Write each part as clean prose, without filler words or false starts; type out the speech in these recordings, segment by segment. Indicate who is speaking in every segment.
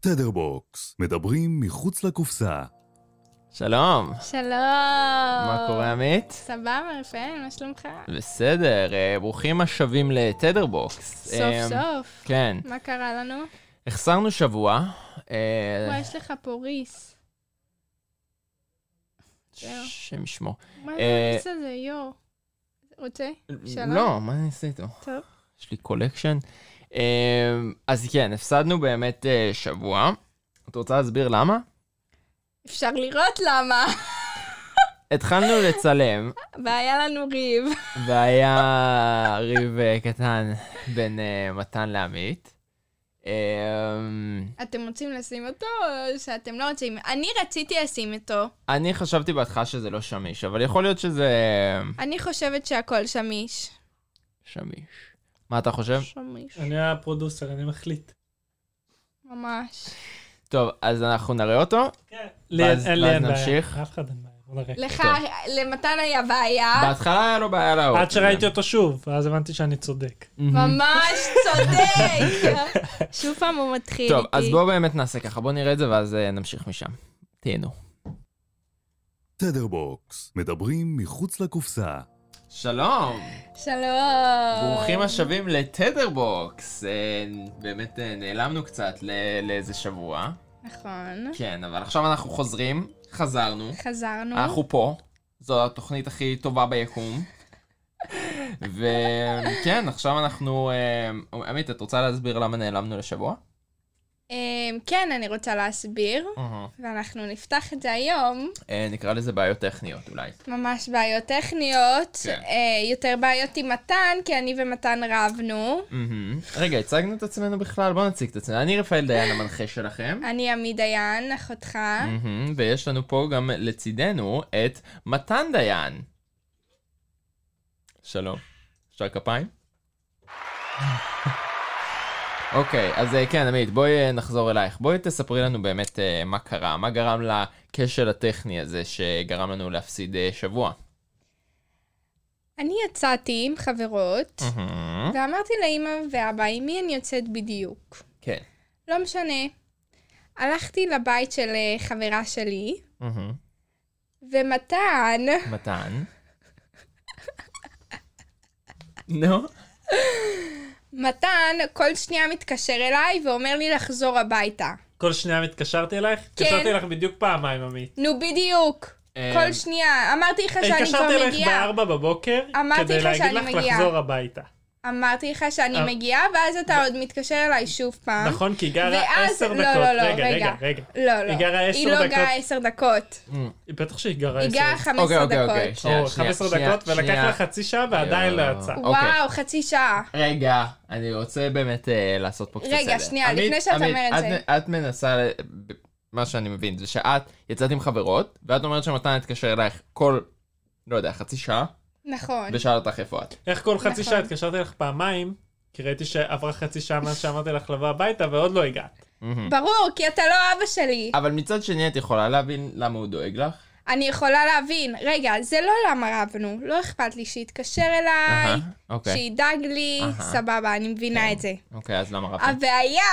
Speaker 1: טדרבוקס, מדברים מחוץ לקופסה.
Speaker 2: שלום.
Speaker 3: שלום.
Speaker 2: מה קורה עמית?
Speaker 3: סבבה, רפאל, מה שלומך?
Speaker 2: בסדר, ברוכים השבים לטדרבוקס.
Speaker 3: סוף סוף.
Speaker 2: כן.
Speaker 3: מה קרה לנו?
Speaker 2: החסרנו שבוע.
Speaker 3: וואי, יש לך פה ריס.
Speaker 2: שם ישמור.
Speaker 3: מה זה הריס הזה, יו? רוצה? שלום?
Speaker 2: לא, מה אני אעשה איתו?
Speaker 3: טוב.
Speaker 2: יש לי קולקשן. אז כן, הפסדנו באמת שבוע. את רוצה להסביר למה?
Speaker 3: אפשר לראות למה.
Speaker 2: התחלנו לצלם.
Speaker 3: והיה לנו ריב.
Speaker 2: והיה ריב קטן בין מתן לעמית.
Speaker 3: אתם רוצים לשים אותו או שאתם לא רוצים? אני רציתי לשים אותו.
Speaker 2: אני חשבתי בהתחלה שזה לא שמיש, אבל יכול להיות שזה...
Speaker 3: אני חושבת שהכל שמיש.
Speaker 2: שמיש. מה אתה חושב?
Speaker 3: שמיש.
Speaker 4: אני הפרודוסר, אני מחליט.
Speaker 3: ממש.
Speaker 2: טוב, אז אנחנו נראה אותו.
Speaker 4: כן.
Speaker 2: ואז
Speaker 4: אין לי בעיה.
Speaker 2: נמשיך.
Speaker 4: אף אחד אין בעיה. בוא נראה.
Speaker 3: לך, למתן היה בעיה.
Speaker 2: בהתחלה היה לו בעיה להראות.
Speaker 4: עד שראיתי אותו שוב, ואז הבנתי שאני צודק.
Speaker 3: ממש צודק. שוב פעם הוא מתחיל איתי.
Speaker 2: טוב, אז בואו באמת נעשה ככה. בואו נראה את זה ואז נמשיך משם. תהנו.
Speaker 1: טדרבוקס, מדברים מחוץ לקופסה.
Speaker 2: שלום.
Speaker 3: שלום.
Speaker 2: ברוכים השבים לטדרבוקס. באמת נעלמנו קצת לאיזה שבוע.
Speaker 3: נכון.
Speaker 2: כן, אבל עכשיו אנחנו חוזרים. חזרנו. אנחנו פה. זו התוכנית הכי טובה ביקום. וכן, עכשיו אנחנו... עמית, את רוצה להסביר למה נעלמנו לשבוע?
Speaker 3: כן, אני רוצה להסביר. ואנחנו נפתח את זה היום.
Speaker 2: נקרא לזה בעיות טכניות אולי.
Speaker 3: ממש בעיות טכניות. יותר בעיות עם מתן, כי אני ומתן רבנו.
Speaker 2: רגע, הצגנו את עצמנו בכלל? בואו נציג את עצמנו. אני רפאל דיין, המנחה שלכם.
Speaker 3: אני עמי דיין, אחותך.
Speaker 2: ויש לנו פה גם לצידנו את מתן דיין. שלום. אפשר כפיים? אוקיי, אז כן, עמית, בואי נחזור אלייך. בואי תספרי לנו באמת מה קרה, מה גרם לכשל הטכני הזה שגרם לנו להפסיד שבוע.
Speaker 3: אני יצאתי עם חברות, ואמרתי לאמא ואבא, עם מי אני יוצאת בדיוק?
Speaker 2: כן.
Speaker 3: לא משנה. הלכתי לבית של חברה שלי, ומתן...
Speaker 2: מתן? נו?
Speaker 3: מתן כל שנייה מתקשר אליי ואומר לי לחזור הביתה.
Speaker 4: כל שנייה מתקשרתי אלייך?
Speaker 3: כן.
Speaker 4: התקשרתי לך בדיוק פעמיים, עמית.
Speaker 3: נו, בדיוק. כל שנייה. אמרתי לך שאני כבר
Speaker 4: התקשרתי אלייך
Speaker 3: מגיעה.
Speaker 4: ב-4 בבוקר,
Speaker 3: אמרתי
Speaker 4: כדי
Speaker 3: לך
Speaker 4: להגיד
Speaker 3: שאני
Speaker 4: לך
Speaker 3: מגיעה.
Speaker 4: לחזור הביתה.
Speaker 3: אמרתי לך שאני מגיעה, ואז אתה עוד מתקשר אליי שוב פעם.
Speaker 4: נכון, כי היא גרה 10 דקות.
Speaker 3: לא,
Speaker 4: רגע.
Speaker 3: לא.
Speaker 4: היא גרה 10 דקות.
Speaker 3: היא לא גרה 10 דקות.
Speaker 4: היא בטח שהיא גרה 10
Speaker 3: היא גרה 15 דקות.
Speaker 4: או 15 דקות, ולקח לה חצי שעה ועדיין לא יצא.
Speaker 3: וואו, חצי שעה.
Speaker 2: רגע, אני רוצה באמת לעשות פה קצת סדר.
Speaker 3: רגע, שנייה, לפני שאת אומרת זה.
Speaker 2: את מנסה, מה שאני מבין, זה שאת יצאת עם חברות, ואת אומרת שמתן התקשר אלייך כל, לא יודע, חצי שעה,
Speaker 3: נכון.
Speaker 2: ושאל אותך איפה את.
Speaker 4: איך כל חצי שעה התקשרתי לך פעמיים, כי ראיתי שעברה חצי שעה מאז שאמרתי לך לבוא הביתה, ועוד לא הגעת.
Speaker 3: ברור, כי אתה לא אבא שלי.
Speaker 2: אבל מצד שני את יכולה להבין למה הוא דואג לך?
Speaker 3: אני יכולה להבין. רגע, זה לא למה רבנו. לא אכפת לי שיתקשר אליי, שידאג לי, סבבה, אני מבינה את זה.
Speaker 2: אוקיי, אז למה רבנו?
Speaker 3: הבעיה...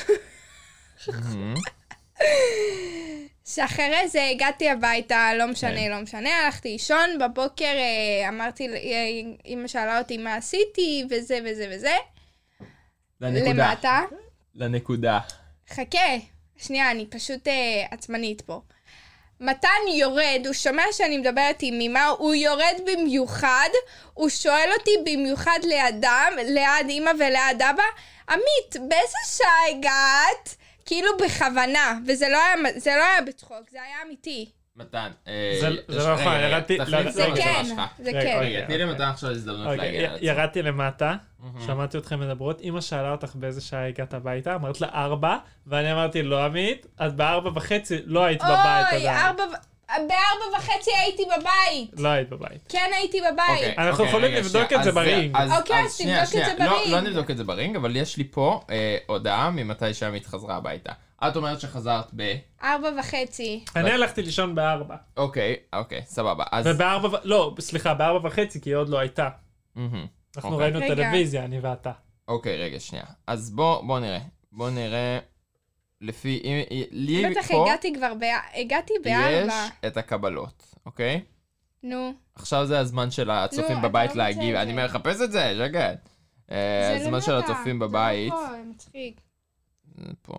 Speaker 3: שאחרי זה הגעתי הביתה, לא משנה, הלכתי לישון, בבוקר אמרתי, אמא שאלה אותי מה עשיתי, וזה. למטה.
Speaker 2: לנקודה.
Speaker 3: חכה, שנייה, אני פשוט עצמנית פה. מתן יורד, הוא שומע שאני מדברת עם אמא, הוא יורד במיוחד, הוא שואל אותי במיוחד ליד אמא וליד אבא, עמית, באיזה שעה הגעת? כאילו בכוונה, וזה לא היה בצחוק, זה היה אמיתי.
Speaker 2: מתן,
Speaker 4: זה לא נכון, ירדתי...
Speaker 3: זה כן.
Speaker 2: רגע, תני למתן עכשיו הזדמנות להגיע לעצמך.
Speaker 4: ירדתי למטה, שמעתי אתכם מדברות, אמא שאלה אותך באיזה שעה הגעת הביתה, אמרת לה 4, ואני אמרתי לא עמית, את ב4:30 לא היית בבית עדיין.
Speaker 3: ב4:30 הייתי בבית.
Speaker 4: לא היית בבית.
Speaker 3: כן הייתי בבית.
Speaker 4: אנחנו יכולים לבדוק את זה ברינג.
Speaker 3: אוקיי, אז תבדוק את זה ברינג.
Speaker 2: לא נבדוק את זה ברינג, אבל יש לי פה הודעה ממתי שעמית חזרה הביתה. את אומרת שחזרת
Speaker 3: 4:30.
Speaker 4: אני הלכתי לישון ב4.
Speaker 2: אוקיי, סבבה.
Speaker 4: לא, סליחה, ב4:30, כי היא עוד לא הייתה. אנחנו ראינו טלוויזיה, אני ואתה.
Speaker 2: אוקיי, רגע, שנייה. אז בוא נראה. לפי, לי
Speaker 3: בטח
Speaker 2: פה
Speaker 3: הגעתי
Speaker 2: יש
Speaker 3: ב4.
Speaker 2: את הקבלות, אוקיי?
Speaker 3: נו.
Speaker 2: עכשיו זה הזמן של הצופים
Speaker 3: אתה
Speaker 2: בבית
Speaker 3: לא רוצה
Speaker 2: להגיב,
Speaker 3: את
Speaker 2: אני
Speaker 3: זה.
Speaker 2: מחפש את זה, שקט. הזמן של הצופים בבית,
Speaker 3: זה לא פה, מצחיק.
Speaker 2: זה פה,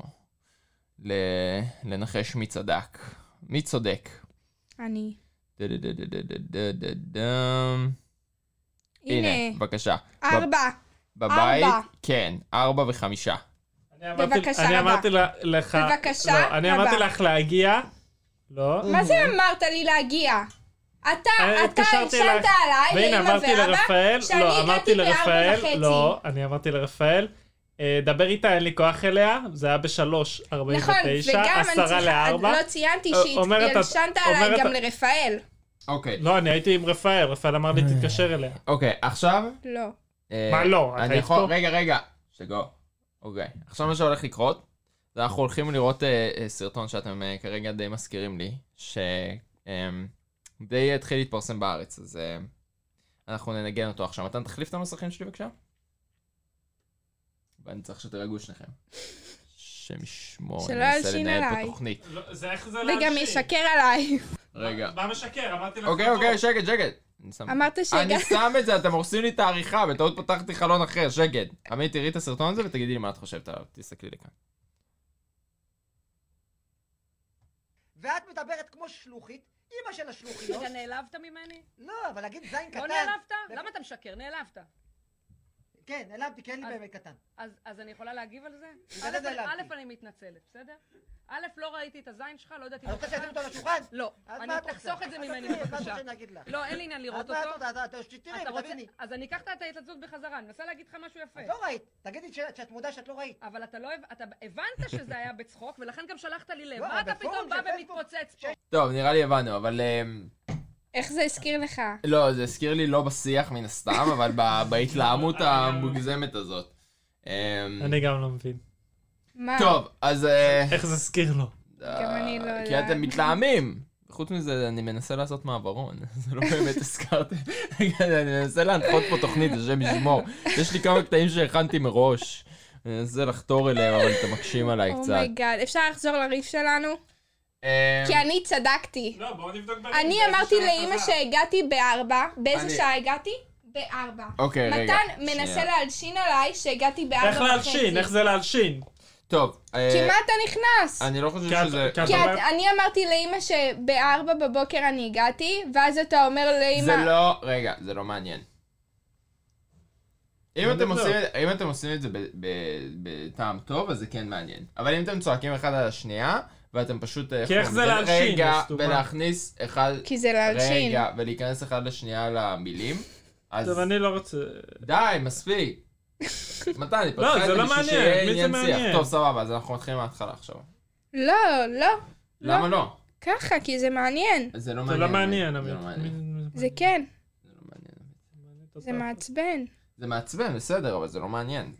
Speaker 2: לנחש מי צדק, מי צודק.
Speaker 3: אני.
Speaker 2: הנה,
Speaker 3: הנה.
Speaker 2: בבקשה.
Speaker 3: 4.
Speaker 2: בבית,
Speaker 3: 4.
Speaker 2: כן, 4 ו5.
Speaker 3: בבקשה,
Speaker 4: אני
Speaker 3: רבה.
Speaker 4: אמרתי לך...
Speaker 3: בבקשה,
Speaker 4: לא, אני אמרתי
Speaker 3: רבה.
Speaker 4: לך להגיע. לא.
Speaker 3: מה זה אמרת לי להגיע? אתה
Speaker 4: התקשרתי
Speaker 3: הרשמת
Speaker 4: אלייך.
Speaker 3: עליי,
Speaker 4: והנה
Speaker 3: לאמא
Speaker 4: אמרתי
Speaker 3: ואבא,
Speaker 4: לרפאל,
Speaker 3: שאני
Speaker 4: לא, אמרתי
Speaker 3: הגעתי
Speaker 4: לרפאל,
Speaker 3: ב4:30.
Speaker 4: לא, אני אמרתי לרפאל, דבר איתה, אין לי כוח אליה, זה היה ב-3:49,
Speaker 3: נכון, וגם אני
Speaker 4: 10
Speaker 3: צריכה,
Speaker 4: ל-4.
Speaker 3: לא ציינתי
Speaker 4: אומרת-
Speaker 3: שהרשמת עליי
Speaker 4: אומרת-
Speaker 3: גם לרפאל.
Speaker 2: אוקיי,
Speaker 4: לא, אני הייתי עם רפאל אמר לי תתקשר אליה.
Speaker 2: אוקיי, עכשיו...
Speaker 3: לא.
Speaker 4: מה לא? את
Speaker 2: אני
Speaker 4: היית
Speaker 2: יכול...
Speaker 4: פה?
Speaker 2: רגע, שגו. אוקיי, עכשיו מה שהולך לקרות, זה אנחנו הולכים לראות סרטון שאתם כרגע די מזכירים לי, די התחיל להתפרסם בארץ, אז אנחנו ננגן אותו עכשיו. מתן, תחליף את המסכים שלי בבקשה. ואני צריך שתרגעו שניכם. שמשמור,
Speaker 3: שלא
Speaker 2: אני אנסה
Speaker 3: ילשין
Speaker 2: לנהל
Speaker 3: עליי.
Speaker 2: פה תוכנית.
Speaker 4: לא, זה איך זה
Speaker 3: וגם ישקר עליי.
Speaker 2: רגע.
Speaker 4: מה משקר? אמרתי לך...
Speaker 2: אוקיי, שקט. אני שם-
Speaker 3: אמרת
Speaker 2: אני
Speaker 3: שהגעתי.
Speaker 2: שם את זה, אתם הורסים לי את העריכה, בטעות פתחתי חלון אחר, שקט. עמית, תראי את הסרטון הזה ותגידי לי מה את חושבת עליו, תסתכלי לכאן.
Speaker 5: ואת מדברת כמו שלוחית, אמא של השלוחיות.
Speaker 6: רגע, נעלבת ממני?
Speaker 5: לא, אבל להגיד זין קטן.
Speaker 6: לא נעלבת? למה אתה משקר? נעלבת.
Speaker 5: כן, נעלבתי, כי אין לי
Speaker 6: אז-
Speaker 5: באמת קטן.
Speaker 6: אז אני יכולה להגיב על זה?
Speaker 5: בגלל זה נעלבתי.
Speaker 6: א', אני מתנצלת, בסדר? א', לא ראיתי את הזין שלך, לא ידעתי...
Speaker 5: אני רוצה שישים אותו על השולחן?
Speaker 6: לא,
Speaker 5: אז
Speaker 6: אני
Speaker 5: מה את רוצה?
Speaker 6: תחסוך את זה
Speaker 5: אז
Speaker 6: ממני
Speaker 5: תראי, מה את
Speaker 6: בבקשה.
Speaker 5: רוצה שאני אגיד לך?
Speaker 6: לא, אין לי עניין לראות
Speaker 5: אז מה את
Speaker 6: אותו.
Speaker 5: רוצה? תראי,
Speaker 6: אתה רוצה...
Speaker 5: תביני.
Speaker 6: אז אני אקח את ההתלצות בחזרה, אני מנסה להגיד לך משהו יפה.
Speaker 5: את לא ראית. תגידי שאת מודה שאת לא ראית.
Speaker 6: אבל אתה הבנת שזה היה בצחוק, ולכן גם שלחת לי לב.
Speaker 5: לא,
Speaker 6: מה אתה
Speaker 5: בפורום
Speaker 6: פתאום בא
Speaker 5: של פייסבוק.
Speaker 6: ומתפוצץ פה?
Speaker 2: טוב, נראה לי הבנו, אבל...
Speaker 3: איך זה הזכיר לך?
Speaker 2: לא, זה הזכיר לי לא בשיח מן הסתם, אבל בהתלהמות המוגזמת הזאת.
Speaker 4: אני גם לא מבין.
Speaker 3: מה?
Speaker 2: טוב, אז...
Speaker 4: איך זה הזכיר לו?
Speaker 3: גם אני לא
Speaker 2: כי
Speaker 3: יודעת.
Speaker 2: אתם מתלהמים. חוץ מזה, אני מנסה לעשות מעברון. זה לא באמת הזכרתי. אני מנסה להנחות פה תוכנית, השם ישמור. יש לי כמה קטעים שהכנתי מראש. אני מנסה לחתור אליהם, אבל אתם מקשים עליי קצת.
Speaker 3: אומייגאד, אפשר לחזור לריף שלנו? כי אני צדקתי.
Speaker 4: לא, בואו נבדוק
Speaker 3: אני אמרתי לאמא שהגעתי ב4. באיזה
Speaker 2: אני-
Speaker 3: שעה הגעתי? ב4.
Speaker 2: אוקיי, רגע.
Speaker 3: מתן מנסה
Speaker 2: שנייה.
Speaker 3: להלשין עליי שהגעתי ב4:30.
Speaker 4: איך להלשין? איך זה להלשין?
Speaker 2: טוב.
Speaker 3: כי מה אתה נכנס?
Speaker 2: אני לא חושב
Speaker 4: כי את-
Speaker 2: שזה...
Speaker 4: כי את-
Speaker 3: כי
Speaker 4: אומרת-
Speaker 3: אני אמרתי לאמא שב4 בבוקר אני הגעתי, ואז אתה אומר לאמא...
Speaker 2: זה לא... רגע, זה לא מעניין. אם
Speaker 4: לא
Speaker 2: אתם
Speaker 4: נבדוק.
Speaker 2: עושים- אם אתם עושים את זה בטעם טוב, אז זה כן מעניין. אבל אם אתם צועקים אחד על השנייה, ואתם פשוט...
Speaker 4: כי איך זה להלשין,
Speaker 2: רגע,
Speaker 4: מסתובב.
Speaker 2: ולהכניס אחד...
Speaker 3: כי זה להלשין.
Speaker 2: רגע, ולהיכנס אחד לשנייה למילים. אז
Speaker 4: טוב, אני לא רוצה...
Speaker 2: די, מספיק. מתי אני
Speaker 4: לא,
Speaker 2: פותחה את
Speaker 4: זה לא
Speaker 2: בשביל
Speaker 4: מעניין,
Speaker 2: שיהיה
Speaker 4: מי זה
Speaker 2: עניין שיח.
Speaker 4: מעניין?
Speaker 2: טוב, סבבה, אז אנחנו מתחילים מההתחלה עכשיו.
Speaker 3: לא, לא.
Speaker 2: למה לא?
Speaker 3: ככה, כי זה מעניין.
Speaker 2: זה לא
Speaker 4: זה
Speaker 2: מעניין.
Speaker 4: לא מעניין,
Speaker 2: זה
Speaker 4: עמית.
Speaker 2: לא מעניין.
Speaker 3: זה כן,
Speaker 2: זה לא מעניין.
Speaker 3: זה מעצבן.
Speaker 2: זה מעצבן, בסדר, אבל זה לא מעניין.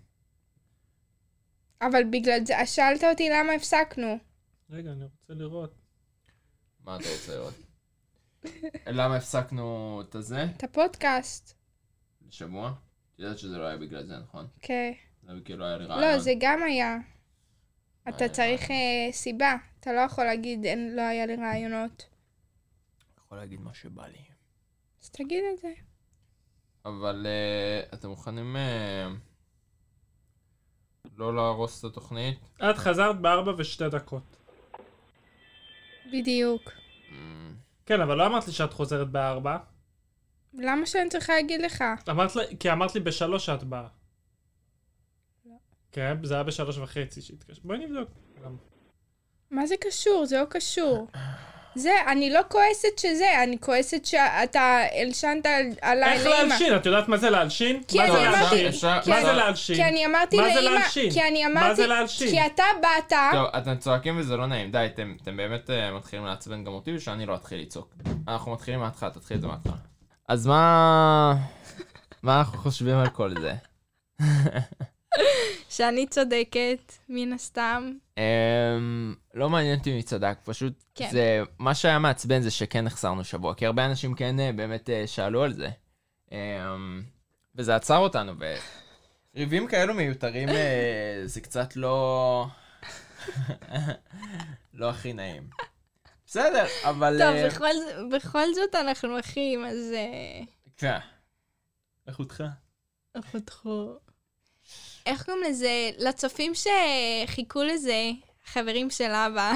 Speaker 3: אבל בגלל זה, שאלת אותי למה הפסקנו.
Speaker 4: רגע, אני רוצה לראות.
Speaker 2: מה אתה רוצה לראות? למה הפסקנו את הזה?
Speaker 3: את הפודקאסט.
Speaker 2: שבוע? את יודעת שזה לא היה בגלל זה, נכון?
Speaker 3: כן.
Speaker 2: זה כאילו היה לי רעיון.
Speaker 3: לא, זה גם היה. אתה
Speaker 2: היה
Speaker 3: צריך סיבה. אתה לא יכול להגיד, לא היה לי רעיונות.
Speaker 2: יכול להגיד מה שבא לי.
Speaker 3: אז תגיד את זה.
Speaker 2: אבל אתם מוכנים לא להרוס את התוכנית?
Speaker 4: את חזרת ב4:02.
Speaker 3: בדיוק.
Speaker 4: כן, אבל לא אמרת לי שאת חוזרת ב4.
Speaker 3: למה שאני צריכה להגיד לך?
Speaker 4: כי אמרת לי ב3 שאת באה. כן, זה היה ב3:30 שהתקשר. בואי נבדוק.
Speaker 3: מה זה קשור? זה לא קשור. זה, אני לא כועסת שזה, אני כועסת שאתה הלשנת עליי
Speaker 4: איך
Speaker 3: לאמא.
Speaker 4: להלשין? את יודעת מה זה להלשין?
Speaker 3: כי
Speaker 4: מה
Speaker 3: אני
Speaker 4: זה
Speaker 3: אמרתי-
Speaker 4: להלשין?
Speaker 2: אפשר-
Speaker 4: מה
Speaker 2: אפשר-
Speaker 4: זה להלשין?
Speaker 3: כי אני אמרתי
Speaker 4: מה זה
Speaker 3: לאמא,
Speaker 4: להלשין?
Speaker 3: כי אני
Speaker 4: מה
Speaker 3: אמרתי,
Speaker 4: זה להלשין?
Speaker 3: כי אתה באת,
Speaker 2: טוב, אתם צועקים וזה לא נעים. די, אתם באמת מתחילים לעצבן גם אותי ושאני לא אתחיל לצעוק. אנחנו מתחילים מההתחלה, תתחיל את זה מההתחלה. אז מה אנחנו חושבים על כל זה?
Speaker 3: שאני צודקת, מן הסתם.
Speaker 2: לא מעניין אותי מי צדק, פשוט
Speaker 3: כן.
Speaker 2: זה, מה שהיה מעצבן זה שכן החסרנו שבוע, כי הרבה אנשים כן באמת שאלו על זה. וזה עצר אותנו, וריבים כאלו מיותרים זה קצת לא... לא הכי נעים. בסדר, אבל...
Speaker 3: טוב, בכל זאת אנחנו אחים, אז...
Speaker 2: כן. אחותך.
Speaker 3: אחותכו. איך קוראים לזה? לצופים שחיכו לזה, חברים של אבא.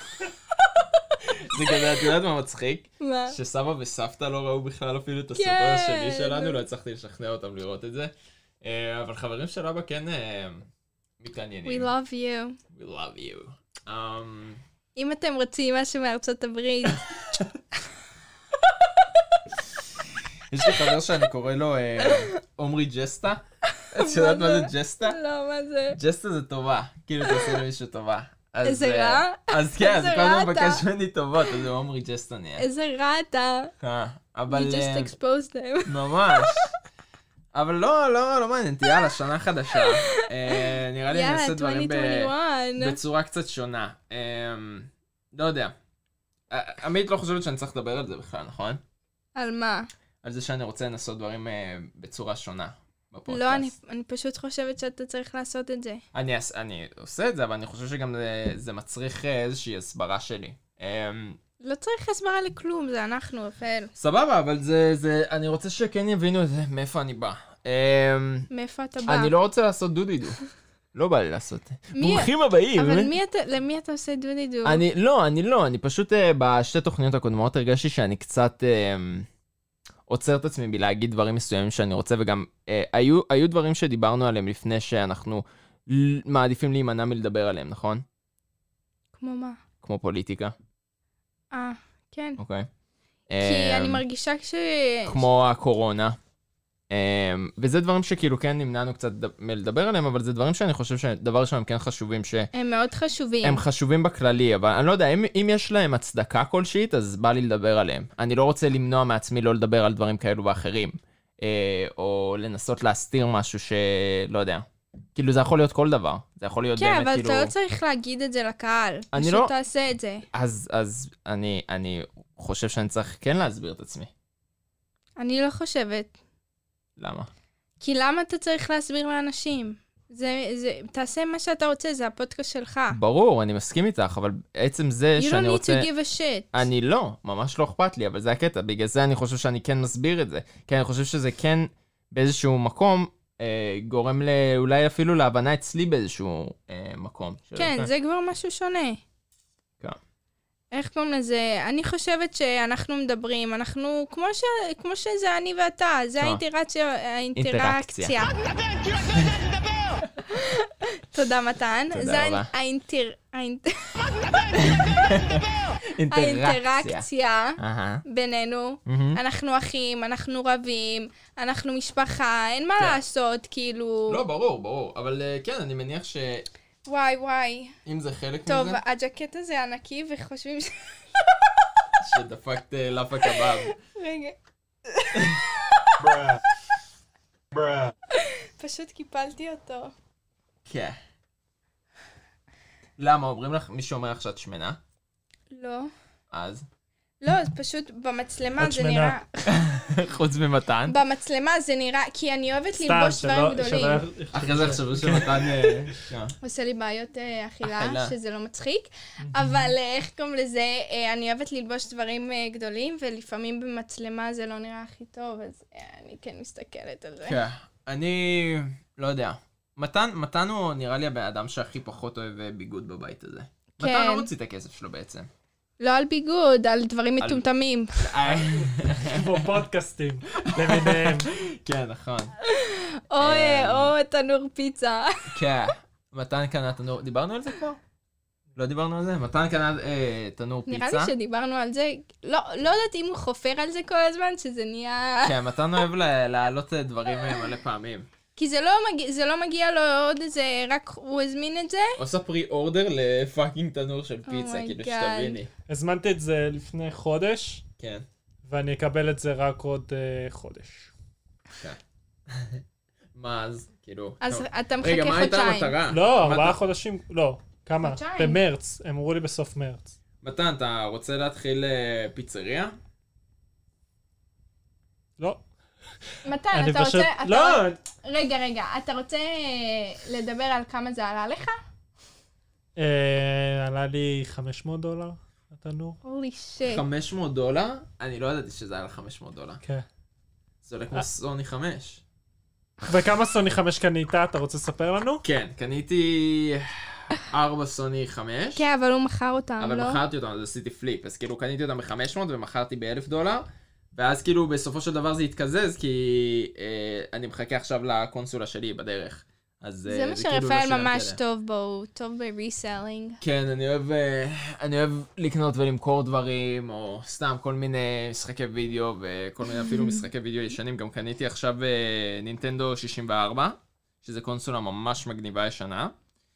Speaker 2: זה כזה, את יודעת מה מצחיק?
Speaker 3: מה?
Speaker 2: שסבא וסבתא לא ראו בכלל אפילו את הסרטון השני שלנו, לא הצלחתי לשכנע אותם לראות את זה. אבל חברים של אבא כן מתעניינים.
Speaker 3: We love you.
Speaker 2: We love you.
Speaker 3: אם אתם רוצים משהו מארצות הברית.
Speaker 2: יש לי חבר שאני קורא לו עומרי ג'סטה. את יודעת מה זה ג'סטה?
Speaker 3: לא, מה זה?
Speaker 2: ג'סטה זה טובה. כאילו תעשה למישהו טובה.
Speaker 3: איזה רע?
Speaker 2: אז כן, אז כל הזמן מבקש ממני טובות, אז הוא עומרי ג'סטה נהיה.
Speaker 3: איזה רע אתה.
Speaker 2: אבל...
Speaker 3: You just exposed them.
Speaker 2: ממש. אבל לא מעניין, יאללה, שנה חדשה. נראה לי אני אעשה דברים בצורה קצת שונה. לא יודע. עמית לא חושבת שאני צריך לדבר על זה בכלל, נכון?
Speaker 3: על מה?
Speaker 2: על זה שאני רוצה לנסות דברים בצורה שונה בפודקאסט.
Speaker 3: לא, אני פשוט חושבת שאתה צריך לעשות את זה.
Speaker 2: אני עושה את זה, אבל אני חושב שגם זה מצריך איזושהי הסברה שלי.
Speaker 3: לא צריך הסברה לכלום, זה אנחנו, אפל.
Speaker 2: סבבה, אבל אני רוצה שכן יבינו את זה, מאיפה אני בא.
Speaker 3: מאיפה אתה בא?
Speaker 2: אני לא רוצה לעשות דודידו. לא בא לי לעשות. ברוכים הבאים.
Speaker 3: אבל למי אתה עושה דודידו?
Speaker 2: אני פשוט בשתי תוכניות הקודמות הרגשתי שאני קצת עוצר את עצמי בלהגיד דברים מסוימים שאני רוצה, וגם היו דברים שדיברנו עליהם לפני שאנחנו מעדיפים להימנע מלדבר עליהם, נכון?
Speaker 3: כמו מה?
Speaker 2: כמו פוליטיקה.
Speaker 3: כן.
Speaker 2: אוקיי.
Speaker 3: כי אני מרגישה
Speaker 2: כמו הקורונה. וזה דברים שכאילו כן נמנענו קצת מלדבר עליהם, אבל זה דברים שאני חושב שדבר ראשון הם כן חשובים.
Speaker 3: הם מאוד חשובים.
Speaker 2: הם חשובים בכללי, אבל אני לא יודע, אם יש להם הצדקה כלשהית, אז בא לי לדבר עליהם. אני לא רוצה למנוע מעצמי לא לדבר על דברים כאלו ואחרים, או לנסות להסתיר משהו שלא יודע. כאילו זה יכול להיות כל דבר. זה יכול להיות באמת כאילו...
Speaker 3: כן, אבל אתה לא צריך להגיד את זה לקהל. פשוט
Speaker 2: לא...
Speaker 3: תעשה את זה.
Speaker 2: אז אני חושב שאני צריך כן להסביר את עצמי.
Speaker 3: אני לא חושבת.
Speaker 2: למה?
Speaker 3: כי למה אתה צריך להסביר לאנשים? תעשה מה שאתה רוצה, זה הפודקאסט שלך.
Speaker 2: ברור, אני מסכים איתך, אבל עצם זה שאני רוצה...
Speaker 3: You don't need to give a shit.
Speaker 2: אני לא, ממש לא אכפת לי, אבל זה הקטע. בגלל זה אני חושב שאני כן מסביר את זה. כי אני חושב שזה כן באיזשהו מקום גורם אולי אפילו להבנה אצלי באיזשהו מקום.
Speaker 3: כן, זה כבר משהו שונה.
Speaker 2: כן. איך
Speaker 3: קוראים לזה? אני חושבת שאנחנו מדברים, אנחנו, כמו שזה אני ואתה, זה האינטראקציה. תודה מתן.
Speaker 2: תודה רבה.
Speaker 3: האינטראקציה בינינו. אנחנו אחים, אנחנו רבים, אנחנו משפחה, אין מה לעשות, כאילו...
Speaker 2: לא, ברור, אבל כן, אני מניח ש...
Speaker 3: וואי.
Speaker 2: אם זה חלק מזה...
Speaker 3: טוב, הג'קט הזה ענקי וחושבים ש...
Speaker 2: שדפקת לאפה קבב.
Speaker 3: רגע. פשוט קיפלתי אותו.
Speaker 2: כן. למה? אומרים לך, מישהו אומר לך שאת שמנה?
Speaker 3: לא.
Speaker 2: אז?
Speaker 3: לא, אז פשוט במצלמה זה נראה...
Speaker 2: חוץ ממתן?
Speaker 3: במצלמה זה נראה... כי אני אוהבת ללבוש דברים גדולים.
Speaker 2: אחרי זה חשבו שמתן...
Speaker 3: עושה לי בעיות אכילה, שזה לא מצחיק. אבל איך קוראים לזה? אני אוהבת ללבוש דברים גדולים, ולפעמים במצלמה זה לא נראה הכי טוב, אז אני כן מסתכלת על זה.
Speaker 2: כן. אני... לא יודע. מתן הוא נראה לי הבן אדם שהכי פחות אוהב ביגוד בבית הזה.
Speaker 3: כן.
Speaker 2: מתן לא מוציא את הכסף שלו בעצם.
Speaker 3: לא על ביגוד, על דברים מטומטמים.
Speaker 4: כמו פודקאסטים, למיניהם.
Speaker 2: כן, נכון.
Speaker 3: או תנור פיצה.
Speaker 2: כן, מתן קנה תנור, דיברנו על זה כבר? לא דיברנו על זה? מתן קנה תנור פיצה.
Speaker 3: נראה לי שדיברנו על זה, לא יודעת אם הוא חופר על זה כל הזמן, שזה נהיה...
Speaker 2: כן, מתן אוהב להעלות דברים מלא פעמים.
Speaker 3: כי זה לא מגיע לו עוד איזה, רק הוא הזמין את זה.
Speaker 2: עושה פרי אורדר לפאקינג תנור של פיצה, כאילו שתביני.
Speaker 4: הזמנתי את זה לפני חודש.
Speaker 2: כן.
Speaker 4: ואני אקבל את זה רק עוד חודש.
Speaker 2: כן. מה אז? כאילו...
Speaker 3: אז אתה מחכה חודשיים.
Speaker 2: רגע, מה הייתה המטרה?
Speaker 4: לא, 4 חודשים, לא. כמה?
Speaker 3: חודשיים.
Speaker 4: במרץ, הם אמרו לי בסוף מרץ.
Speaker 2: מתן, אתה רוצה להתחיל פיצריה?
Speaker 4: לא.
Speaker 3: מתן, אתה
Speaker 4: פשוט...
Speaker 3: רוצה...
Speaker 4: לא!
Speaker 3: רגע, אתה רוצה לדבר על כמה זה עלה לך?
Speaker 4: עלה לי $500, התנור.
Speaker 3: הולי שיט.
Speaker 2: $500? אני לא ידעתי שזה היה $500.
Speaker 4: כן.
Speaker 2: זה עולה כמו סוני 5.
Speaker 4: וכמה סוני 5 קנית? אתה רוצה לספר לנו?
Speaker 2: כן, קניתי 4 סוני 5.
Speaker 3: כן, אבל הוא מכר אותם, לא?
Speaker 2: אבל מכרתי אותם, אז עשיתי פליפ. אז כאילו קניתי אותם ב$500 ומכרתי $1,000. ואז כאילו בסופו של דבר זה התקזז, כי אני מחכה עכשיו לקונסולה שלי בדרך.
Speaker 3: זה מה שרפאל ממש טוב בו, הוא טוב בריסלינג.
Speaker 2: כן, אני אוהב לקנות ולמכור דברים, או סתם כל מיני משחקי וידאו, וכל מיני אפילו משחקי וידאו ישנים. גם קניתי עכשיו נינטנדו 64, שזה קונסולה ממש מגניבה ישנה,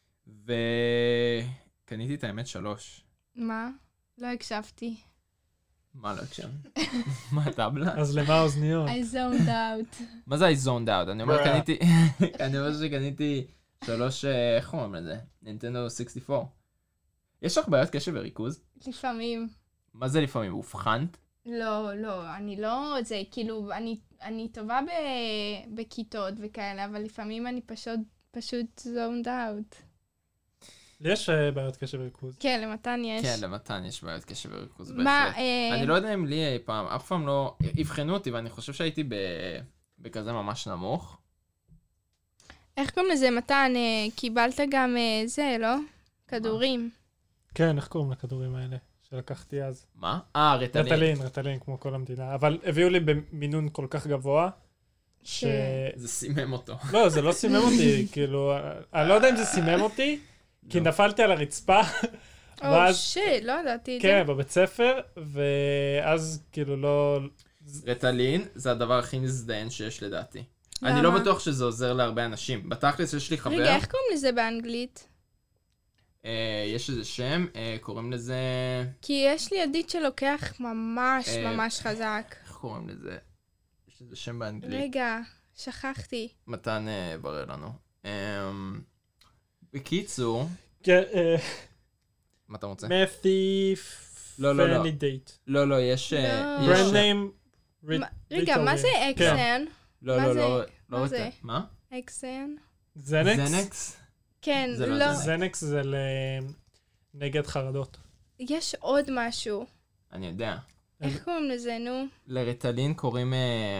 Speaker 2: וקניתי את האמת 3.
Speaker 3: מה? לא הקשבתי.
Speaker 2: מה לא הקשב? מה הטבלה?
Speaker 4: אז למה האוזניות?
Speaker 3: I zoned out.
Speaker 2: מה זה I zoned out? אני אומר שקניתי 3, איך אומרים לזה? נינטנדו 64. יש לך בעיות קשב וריכוז?
Speaker 3: לפעמים.
Speaker 2: מה זה לפעמים? אובחנת?
Speaker 3: לא, אני לא, זה כאילו, אני טובה בכיתות וכאלה, אבל לפעמים אני פשוט zoned out.
Speaker 4: לי יש בעיות קשב וריכוז.
Speaker 3: כן, למתן יש.
Speaker 2: כן, למתן יש בעיות קשב וריכוז.
Speaker 3: מה,
Speaker 2: אני לא יודע אם לי אי פעם, אף פעם לא, הבחנו אותי, ואני חושב שהייתי בכזה ממש נמוך.
Speaker 3: איך קוראים לזה, מתן? קיבלת גם זה, לא? כדורים.
Speaker 4: כן, איך קוראים לכדורים האלה שלקחתי אז?
Speaker 2: מה? רטלין,
Speaker 4: כמו כל המדינה. אבל הביאו לי במינון כל כך גבוה,
Speaker 2: זה סימם אותו.
Speaker 4: לא, זה לא סימם אותי, כאילו, אני לא יודע אם זה סימם אותי, כי נפלתי על הרצפה.
Speaker 3: שיט, לא ידעתי את זה.
Speaker 4: כן, בבית ספר, ואז כאילו לא...
Speaker 2: רטלין זה הדבר הכי מזדיין שיש לדעתי. אני לא בטוח שזה עוזר להרבה אנשים. בתכלס יש לי חבר...
Speaker 3: רגע, איך קוראים לזה באנגלית?
Speaker 2: יש איזה שם, קוראים לזה...
Speaker 3: כי יש לי ידיד שלוקח ממש חזק.
Speaker 2: איך קוראים לזה? יש איזה שם באנגלית.
Speaker 3: רגע, שכחתי.
Speaker 2: מתן ברר לנו. בקיצור... מה אתה רוצה?
Speaker 4: מת'יפנידייט.
Speaker 2: לא, יש...
Speaker 4: ברנד ניים...
Speaker 3: רגע, מה זה אקסן?
Speaker 2: לא זה. מה?
Speaker 3: אקסן?
Speaker 2: זנקס?
Speaker 3: כן, לא.
Speaker 4: זנקס זה נגד חרדות.
Speaker 3: יש עוד משהו.
Speaker 2: אני יודע.
Speaker 3: איך קוראים לזה, נו?
Speaker 2: לריטלין קוראים...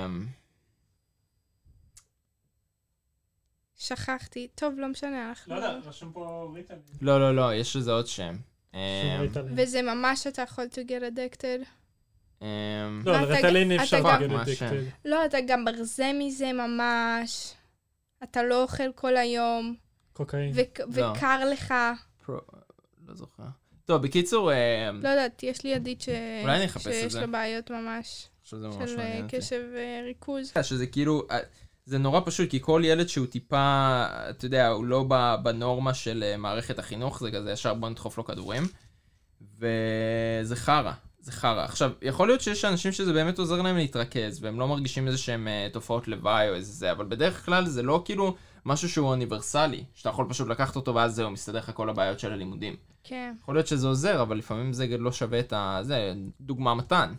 Speaker 3: שכחתי. טוב, לא משנה.
Speaker 4: לא יודע, רשום פה ריטלין.
Speaker 2: לא, יש לזה עוד שם.
Speaker 3: וזה ממש אתה יכול to get addicted.
Speaker 4: לא, לריטלין אי אפשר get addicted.
Speaker 3: לא, אתה גם ברזה מזה ממש. אתה לא אוכל כל היום.
Speaker 4: קוקאין.
Speaker 3: וקר לך.
Speaker 2: לא זוכר. טוב, בקיצור...
Speaker 3: לא יודעת, יש לי ידיד שיש לו בעיות ממש.
Speaker 2: של
Speaker 3: קשב וריכוז.
Speaker 2: שזה כאילו... זה נורא פשוט, כי כל ילד שהוא טיפה, אתה יודע, הוא לא בנורמה של מערכת החינוך, זה כזה ישר בוא נדחוף לו כדורים, וזה חרה, זה חרה. עכשיו, יכול להיות שיש אנשים שזה באמת עוזר להם להתרכז, והם לא מרגישים איזה שהם תופעות לוואי או איזה זה, אבל בדרך כלל זה לא כאילו משהו שהוא אוניברסלי, שאתה יכול פשוט לקחת אותו ואז זהו, מסתדר לך כל הבעיות של הלימודים.
Speaker 3: כן.
Speaker 2: יכול להיות שזה עוזר, אבל לפעמים זה לא שווה את זה, דוגמה מתן.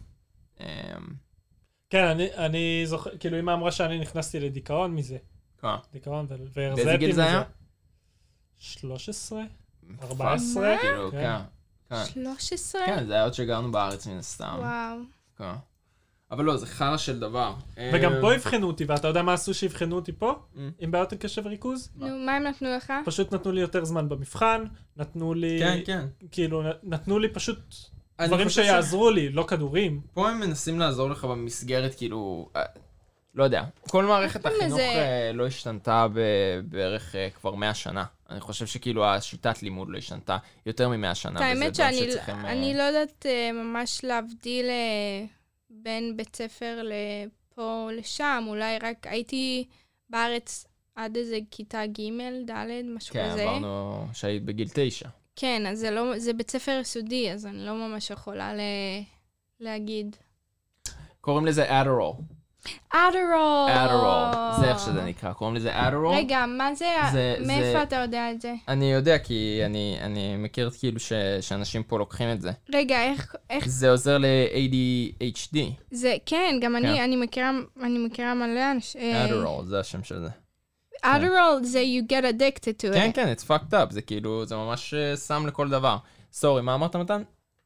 Speaker 4: כן, אני זוכר, כאילו אמא אמרה שאני נכנסתי לדיכאון מזה. דיכאון,
Speaker 2: באיזה גיל זה היה?
Speaker 4: 13? 14?
Speaker 2: כאילו, כן.
Speaker 3: 13?
Speaker 2: כן, זה היה עוד שגרנו בארץ מן הסתם.
Speaker 3: וואו.
Speaker 2: אבל לא, זה חרא של דבר.
Speaker 4: וגם פה הבחנו אותי, ואתה יודע מה עשו שהבחנו אותי פה? עם בעיות קשב וריכוז?
Speaker 3: נו, מה הם נתנו לך?
Speaker 4: פשוט נתנו לי יותר זמן במבחן, נתנו לי...
Speaker 2: כן.
Speaker 4: כאילו, נתנו לי פשוט... דברים שיעזרו לי, לא כדורים.
Speaker 2: פה הם מנסים לעזור לך במסגרת, כאילו, לא יודע. כל מערכת החינוך לא השתנתה בערך כבר 100 שנה. אני חושב שכאילו השיטת לימוד לא השתנתה יותר מ100 שנה.
Speaker 3: האמת שאני לא יודעת ממש להבדיל בין בית ספר לפה לשם. אולי רק הייתי בארץ עד איזה כיתה ג' ד', משהו כזה.
Speaker 2: כן, עברנו שהיית בגיל 9.
Speaker 3: כן, אז זה בית ספר יסודי, אז אני לא ממש יכולה להגיד.
Speaker 2: קוראים לזה אדרול. אדרול, זה איך שזה נקרא, קוראים לזה אדרול.
Speaker 3: רגע, מה זה, מאיפה אתה יודע את זה?
Speaker 2: אני יודע, כי אני מכיר כאילו שאנשים פה לוקחים את זה.
Speaker 3: רגע, איך...
Speaker 2: זה עוזר ל-ADHD.
Speaker 3: זה, כן, גם אני מכירה מלא אנשים.
Speaker 2: אדרול, זה השם של זה.
Speaker 3: Adderall זה you get addicted to it.
Speaker 2: כן, כן, it's fucked up, זה כאילו, זה ממש סם לכל דבר. סורי, מה אמרת מתן?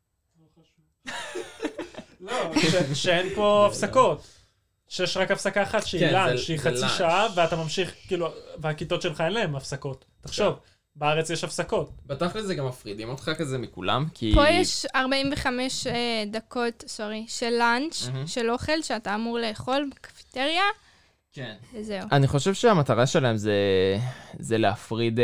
Speaker 4: לא, שאין פה הפסקות. שיש רק הפסקה אחת שהיא לאנץ', שהיא חצי שעה, ואתה ממשיך, כאילו, והכיתות שלך אין להם הפסקות. תחשוב, בארץ יש הפסקות.
Speaker 2: בתכל'ס זה גם מפרידים אותך כזה מכולם, כי...
Speaker 3: פה יש 45 דקות, של לאנץ', של אוכל שאתה אמור לאכול בקפיטריה,
Speaker 2: כן.
Speaker 3: וזהו.
Speaker 2: אני חושב שהמטרה שלהם זה להפריד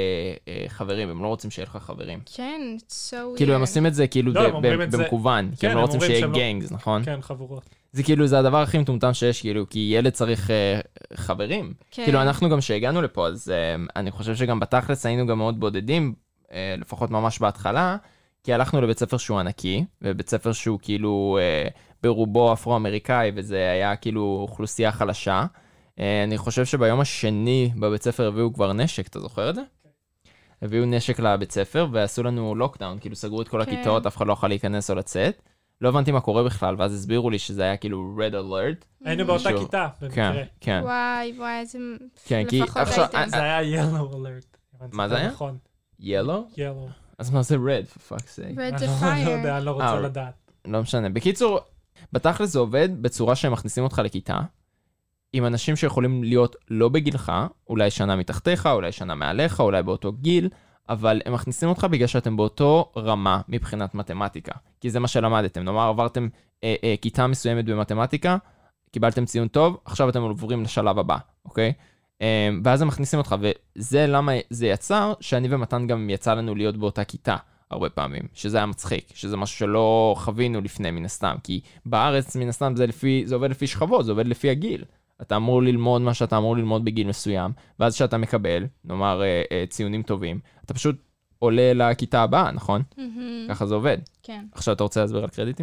Speaker 2: חברים, הם לא רוצים שיהיה לך חברים.
Speaker 3: כן, it's so weird.
Speaker 2: כאילו הם עושים את זה כאילו במקוון, כי הם לא רוצים שיהיה גנגס, נכון?
Speaker 4: כן, חבורות.
Speaker 2: זה כאילו, זה הדבר הכי מטומטם שיש, כאילו, כי ילד צריך חברים.
Speaker 3: כן.
Speaker 2: כאילו, אנחנו גם שהגענו לפה, אז אני חושב שגם בתכלס היינו גם מאוד בודדים, לפחות ממש בהתחלה, כי הלכנו לבית ספר שהוא ענקי, ובית ספר שהוא כאילו ברובו אפרו-אמריקאי, וזה היה כאילו אוכלוסייה חלשה. אני חושב שביום השני בבית ספר הביאו כבר נשק, אתה זוכר את זה? הביאו נשק לבית ספר, ועשו לנו לוקדאון, כאילו סגרו את כל הכיתות, אף אחד לא יכול להיכנס או לצאת. לא הבנתי מה קורה בכלל, ואז הסבירו לי שזה היה כאילו red alert.
Speaker 4: היינו באותה כיתה, במקרה.
Speaker 2: כן.
Speaker 3: וואי, איזה...
Speaker 2: כן, כי עכשיו...
Speaker 4: זה היה yellow alert.
Speaker 2: מה זה היה?
Speaker 4: נכון.
Speaker 2: yellow?
Speaker 4: yellow.
Speaker 2: אז מה זה red, for fuck's sake?
Speaker 3: red the
Speaker 4: אני לא
Speaker 3: fire.
Speaker 4: יודע, אני לא רוצה לדעת.
Speaker 2: לא משנה. בקיצור, בתכל'ס זה עובד בצורה שהם מכניסים אותך לכיתה, עם אנשים שיכולים להיות לא בגילך, אולי שנה מתחתיך, אולי שנה מעליך, אולי באותו גיל, אבל הם מכניסים אותך בגלל שאתם באותו רמה מבחינת מתמטיקה. כי זה מה שלמדתם. נאמר, עברתם כיתה מסוימת במתמטיקה, קיבלתם ציון טוב, עכשיו אתם עוברים לשלב הבא, אוקיי? ואז הם מכניסים אותך, וזה למה זה יצר, שאני ומתן גם יצא לנו להיות באותה כיתה הרבה פעמים, שזה היה מצחיק, שזה משהו שלא חווינו לפני מן הסתם, כי בארץ מן הסתם זה עובד לפי שכבות, זה עובד לפי הגיל. אתה אמור ללמוד מה שאתה אמור ללמוד בגיל מסוים, ואז שאתה מקבל, נאמר, ציונים טובים, אתה פשוט עולה לכיתה הבאה, נכון? ככה זה עובד.
Speaker 3: כן.
Speaker 2: עכשיו אתה רוצה להסביר על קרדיטים?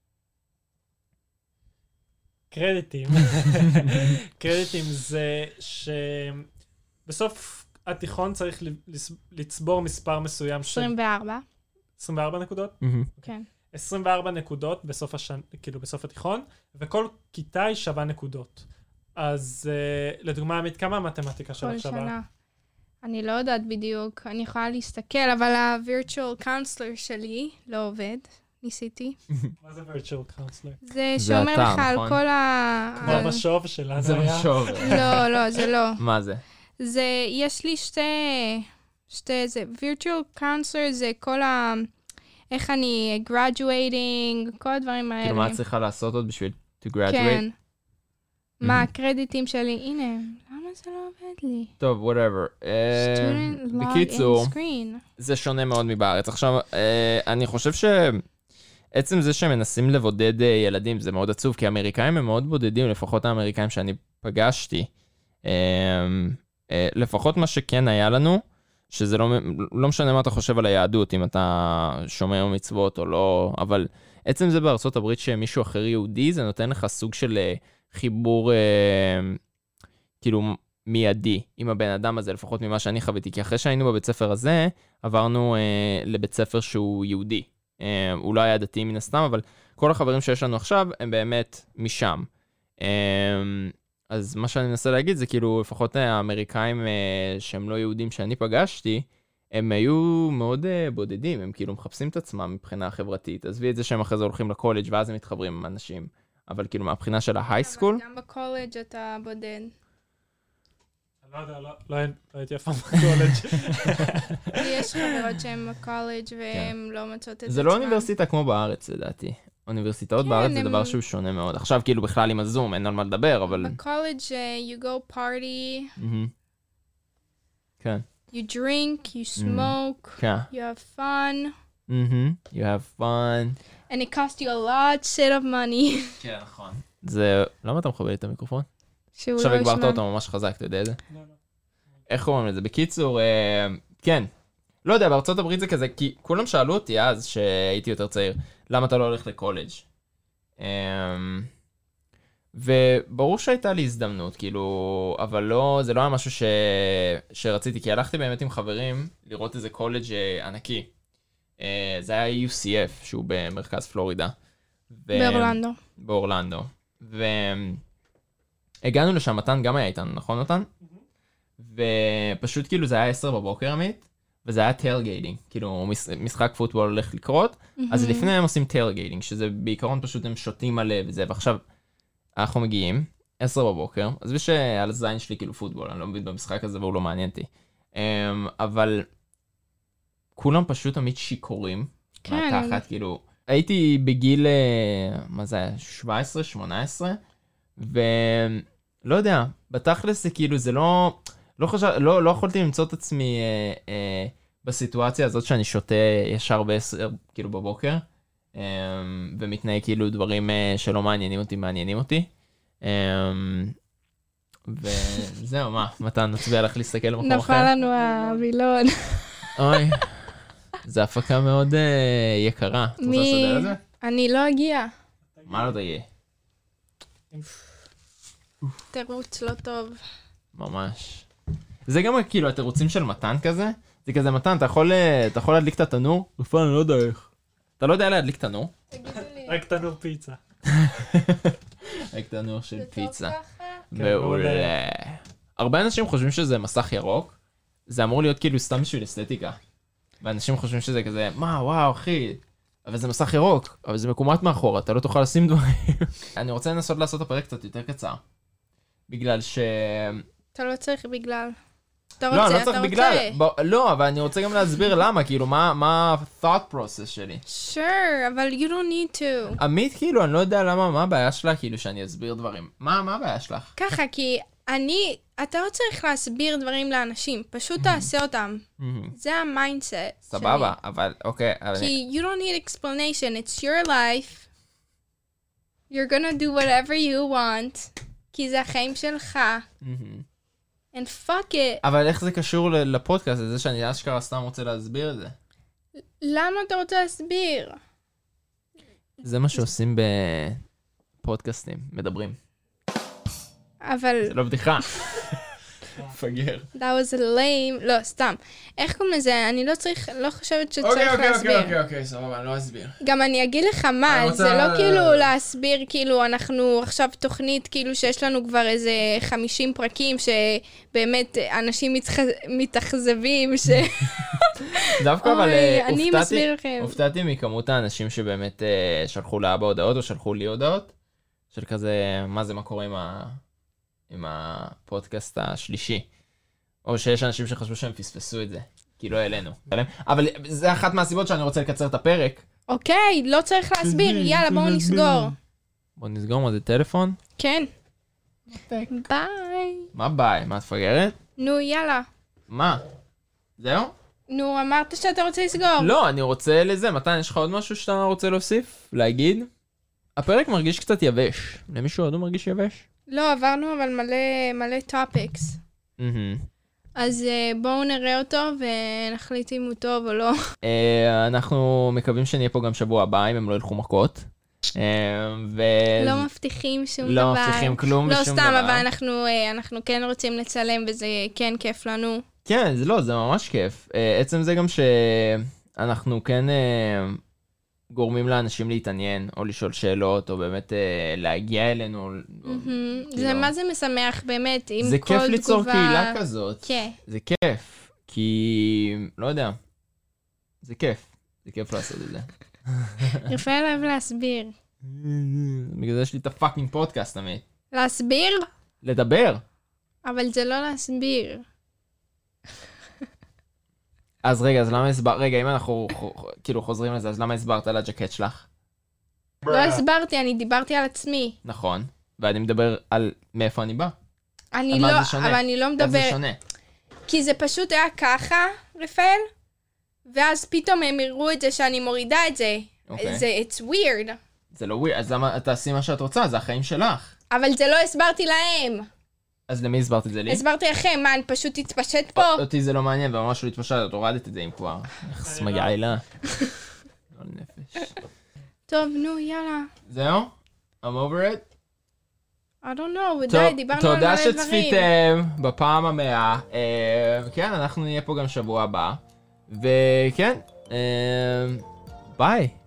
Speaker 4: קרדיטים זה שבסוף התיכון צריך לצבור מספר מסוים של...
Speaker 3: 24.
Speaker 4: 24 נקודות?
Speaker 3: כן.
Speaker 4: 24 נקודות בסוף כאילו בסוף התיכון, וכל כיתה היא שווה נקודות. אז לדוגמה, עמית, כמה המתמטיקה שלך שווה?
Speaker 3: כל שנה. אני לא יודעת בדיוק, אני יכולה להסתכל, אבל ה-virtual counselor שלי לא עובד, ניסיתי.
Speaker 4: מה זה virtual counselor?
Speaker 3: זה שאומר לך על כל ה...
Speaker 4: כמו המשוב שלה, זה היה?
Speaker 2: משוב.
Speaker 3: לא, זה לא.
Speaker 2: מה זה?
Speaker 3: זה, יש לי זה virtual counselor זה כל איך אני graduating, כל הדברים האלה.
Speaker 2: כאילו מה צריכה לעשות עוד בשביל to graduate?
Speaker 3: כן. מה הקרדיטים שלי? הנה, למה זה לא עובד לי?
Speaker 2: טוב, whatever.
Speaker 3: Student log
Speaker 2: בקיצור,
Speaker 3: in screen.
Speaker 2: זה שונה מאוד מבארץ. עכשיו, אני חושב שעצם זה שהם מנסים לבודד ילדים, זה מאוד עצוב, כי האמריקאים הם מאוד בודדים, לפחות האמריקאים שאני פגשתי. לפחות מה שכן היה לנו, שזה לא משנה מה אתה חושב על היהדות, אם אתה שומר מצוות או לא, אבל עצם זה בארצות הברית שמישהו אחר יהודי, זה נותן לך סוג של חיבור כאילו מיידי עם הבן אדם הזה, לפחות ממה שאני חוויתי, כי אחרי שהיינו בבית ספר הזה, עברנו לבית ספר שהוא יהודי. הוא לא היה דתי מן הסתם, אבל כל החברים שיש לנו עכשיו הם באמת משם. אז מה שאני מנסה להגיד זה כאילו, לפחות האמריקאים שהם לא יהודים שאני פגשתי, הם היו מאוד בודדים, הם כאילו מחפשים את עצמם מבחינה חברתית. עזבי את זה שהם אחרי זה הולכים לקולג' ואז הם מתחברים עם אנשים. אבל כאילו מהבחינה של ההייסקול...
Speaker 3: גם בקולג' אתה בודד.
Speaker 4: לא יודע, לא הייתי אף פעם בקולג'.
Speaker 3: יש חברות שהן בקולג' והן לא מצאות את עצמם.
Speaker 2: זה לא אוניברסיטה כמו בארץ, לדעתי. אוניברסיטאות בארץ זה דבר שהוא שונה מאוד. עכשיו כאילו בכלל עם הזום, אין על מה לדבר, אבל...
Speaker 3: בקולג' you go party.
Speaker 2: כן.
Speaker 3: You drink, you smoke.
Speaker 2: כן.
Speaker 3: You have fun.
Speaker 2: You have fun.
Speaker 3: And it costs you a lot of money.
Speaker 2: כן, נכון. זה... למה אתה מכבל את המיקרופון?
Speaker 3: שהוא
Speaker 2: עכשיו
Speaker 3: לא
Speaker 2: הגברת
Speaker 3: ישמע.
Speaker 2: אותו ממש חזק, אתה יודע את זה? איך קוראים לזה? בקיצור, כן. לא יודע, בארצות הברית זה כזה, כי כולם שאלו אותי אז, שהייתי יותר צעיר, למה אתה לא הולך לקולג'? וברור שהייתה לי הזדמנות, כאילו, אבל לא, זה לא היה משהו שרציתי, כי הלכתי באמת עם חברים לראות איזה קולג' ענקי. זה היה UCF, שהוא במרכז פלורידה.
Speaker 3: באורלנדו.
Speaker 2: באורלנדו. והגענו לשם, מתן גם היה איתנו, נכון מתן? ופשוט כאילו זה היה 10 בבוקר עמית, וזה היה טיילגייטינג, כאילו משחק פוטבול הולך לקרות, אז לפני הם עושים טיילגייטינג, שזה בעיקרון פשוט הם שותים מלא וזה, ועכשיו אנחנו מגיעים, 10 בבוקר, אז ושעל הזין שלי כאילו פוטבול, אני לא מבין במשחק הזה והוא לא מעניין אותי, אבל כולם פשוט עמית שיקורים, מהתחת, כאילו, הייתי בגיל, מה זה היה, 17, 18, ולא יודע, בתכלס זה כאילו, זה לא יכולתי למצוא את עצמי בסיטואציה הזאת שאני שותה ישר ב10 כאילו בבוקר, ומתנהג כאילו דברים שלא מעניינים אותי. וזהו, מה, מתן, נצביע לך להסתכל למקום אחר?
Speaker 3: נפל לנו הווילון.
Speaker 2: אוי, זו הפקה מאוד יקרה. את רוצה לסדר את זה?
Speaker 3: אני לא אגיע.
Speaker 2: מה לא תגיע?
Speaker 3: תירוץ לא טוב.
Speaker 2: ממש. זה גם כאילו התירוצים של מתן כזה, זה כזה מתן, אתה יכול להדליק את התנור? בפעם אני לא יודע איך. אתה לא יודע להדליק תנור?
Speaker 3: תגידו לי.
Speaker 4: רק תנור פיצה.
Speaker 2: רק תנור של
Speaker 3: זה טוב
Speaker 2: פיצה.
Speaker 3: ככה?
Speaker 2: מעולה. הרבה אנשים חושבים שזה מסך ירוק, זה אמור להיות כאילו סתם בשביל אסתטיקה. ואנשים חושבים שזה כזה, מה, וואו, אחי, אבל זה מסך ירוק, אבל זה מקומט מאחורה, אתה לא תוכל לשים דברים. אני רוצה לנסות לעשות את הפרק קצת יותר קצר. בגלל ש...
Speaker 3: אתה לא צריך בגלל. אתה
Speaker 2: לא,
Speaker 3: רוצה,
Speaker 2: אני לא צריך בגלל. לא, אבל אני רוצה גם להסביר למה, כאילו, מה ה-thought process שלי.
Speaker 3: Sure, אבל you don't need to.
Speaker 2: עמית, כאילו, אני לא יודע למה, מה הבעיה שלה, כאילו, שאני אסביר דברים. מה הבעיה שלך?
Speaker 3: ככה, כי אתה לא צריך להסביר דברים לאנשים, פשוט תעשה אותם. זה המיינדסט שלי.
Speaker 2: סבבה, אבל, אוקיי.
Speaker 3: כי you don't need explanation, it's your life. You're gonna do whatever you want. כי זה החיים שלך. And fuck it.
Speaker 2: אבל איך זה קשור לפודקאסט הזה, שאני אשכרה סתם רוצה להסביר את זה?
Speaker 3: למה אתה רוצה להסביר?
Speaker 2: זה מה שעושים בפודקאסטים, מדברים.
Speaker 3: אבל...
Speaker 2: זה לא בדיחה. מפגר.
Speaker 3: That was lame. לא, סתם. איך קוראים לזה? אני לא חושבת שצריך להסביר.
Speaker 2: אוקיי, סבבה, אני לא אסביר.
Speaker 3: גם אני אגיד לך מה, זה לא כאילו להסביר, כאילו אנחנו עכשיו תוכנית, כאילו שיש לנו כבר איזה 50 פרקים, שבאמת אנשים מתאכזבים,
Speaker 2: דווקא אבל
Speaker 3: אני מסביר לכם.
Speaker 2: הופתעתי מכמות האנשים שבאמת שלחו לאבא הודעות, או שלחו לי הודעות, של כזה, מה קורה עם הפודקאסט השלישי. או שיש אנשים שחשבו שהם פספסו את זה, כי לא אלינו. אבל זה אחת מהסיבות שאני רוצה לקצר את הפרק.
Speaker 3: אוקיי, לא צריך להסביר, יאללה בואו נסגור.
Speaker 2: בואו נסגור, מה זה טלפון?
Speaker 3: כן. ביי.
Speaker 2: מה ביי? מה את מפגרת?
Speaker 3: נו יאללה.
Speaker 2: מה? זהו?
Speaker 3: נו, אמרת שאתה רוצה לסגור.
Speaker 2: לא, אני רוצה לזה. מתן, יש לך עוד משהו שאתה רוצה להוסיף? להגיד? הפרק מרגיש קצת יבש. למישהו עוד הוא מרגיש יבש?
Speaker 3: לא, עברנו אבל מלא טופיקס. אז בואו נראה אותו ונחליט אם הוא טוב או לא.
Speaker 2: אנחנו מקווים שנהיה פה גם שבוע הבא, אם הם לא ילכו מכות.
Speaker 3: לא מבטיחים שום דבר.
Speaker 2: לא מבטיחים כלום ושום דבר.
Speaker 3: לא סתם, אבל אנחנו כן רוצים לצלם וזה כן כיף לנו.
Speaker 2: כן, זה ממש כיף. עצם זה גם שאנחנו כן גורמים לאנשים להתעניין, או לשאול שאלות, או באמת להגיע אלינו.
Speaker 3: זה מה זה משמח באמת, עם כל תגובה.
Speaker 2: זה כיף ליצור קהילה כזאת.
Speaker 3: כן.
Speaker 2: זה כיף, כי לא יודע, זה כיף לעשות את זה.
Speaker 3: רפאל אוהב להסביר.
Speaker 2: בגלל זה יש לי את הפאקינג פודקאסט, עמית.
Speaker 3: להסביר?
Speaker 2: לדבר.
Speaker 3: אבל זה לא להסביר.
Speaker 2: אז רגע, אם אנחנו כאילו חוזרים לזה, אז למה הסברת על הג'קט שלך?
Speaker 3: לא הסברתי, אני דיברתי על עצמי.
Speaker 2: נכון, ואני מדבר על מאיפה אני בא.
Speaker 3: אבל אני לא מדבר...
Speaker 2: איך זה שונה? כי
Speaker 3: זה פשוט היה ככה, רפאל, ואז פתאום הם הראו את זה שאני מורידה את זה. It's weird.
Speaker 2: זה לא weird, אז למה תעשי מה שאת רוצה, זה החיים שלך.
Speaker 3: אבל זה לא הסברתי להם.
Speaker 2: אז למי הסברת את זה לי?
Speaker 3: הסברתי לכם, מה, אני פשוט התפשט פה?
Speaker 2: אותי זה לא מעניין, וממש לא התפשט, את הורדת את זה אם כבר. איך סמגיילה. לא נפש.
Speaker 3: טוב, נו, יאללה.
Speaker 2: זהו? I'm over it?
Speaker 3: I don't know, די, דיברנו על מלא דברים.
Speaker 2: תודה שצפיתם בפעם 100. כן, אנחנו נהיה פה גם שבוע הבא. וכן, ביי.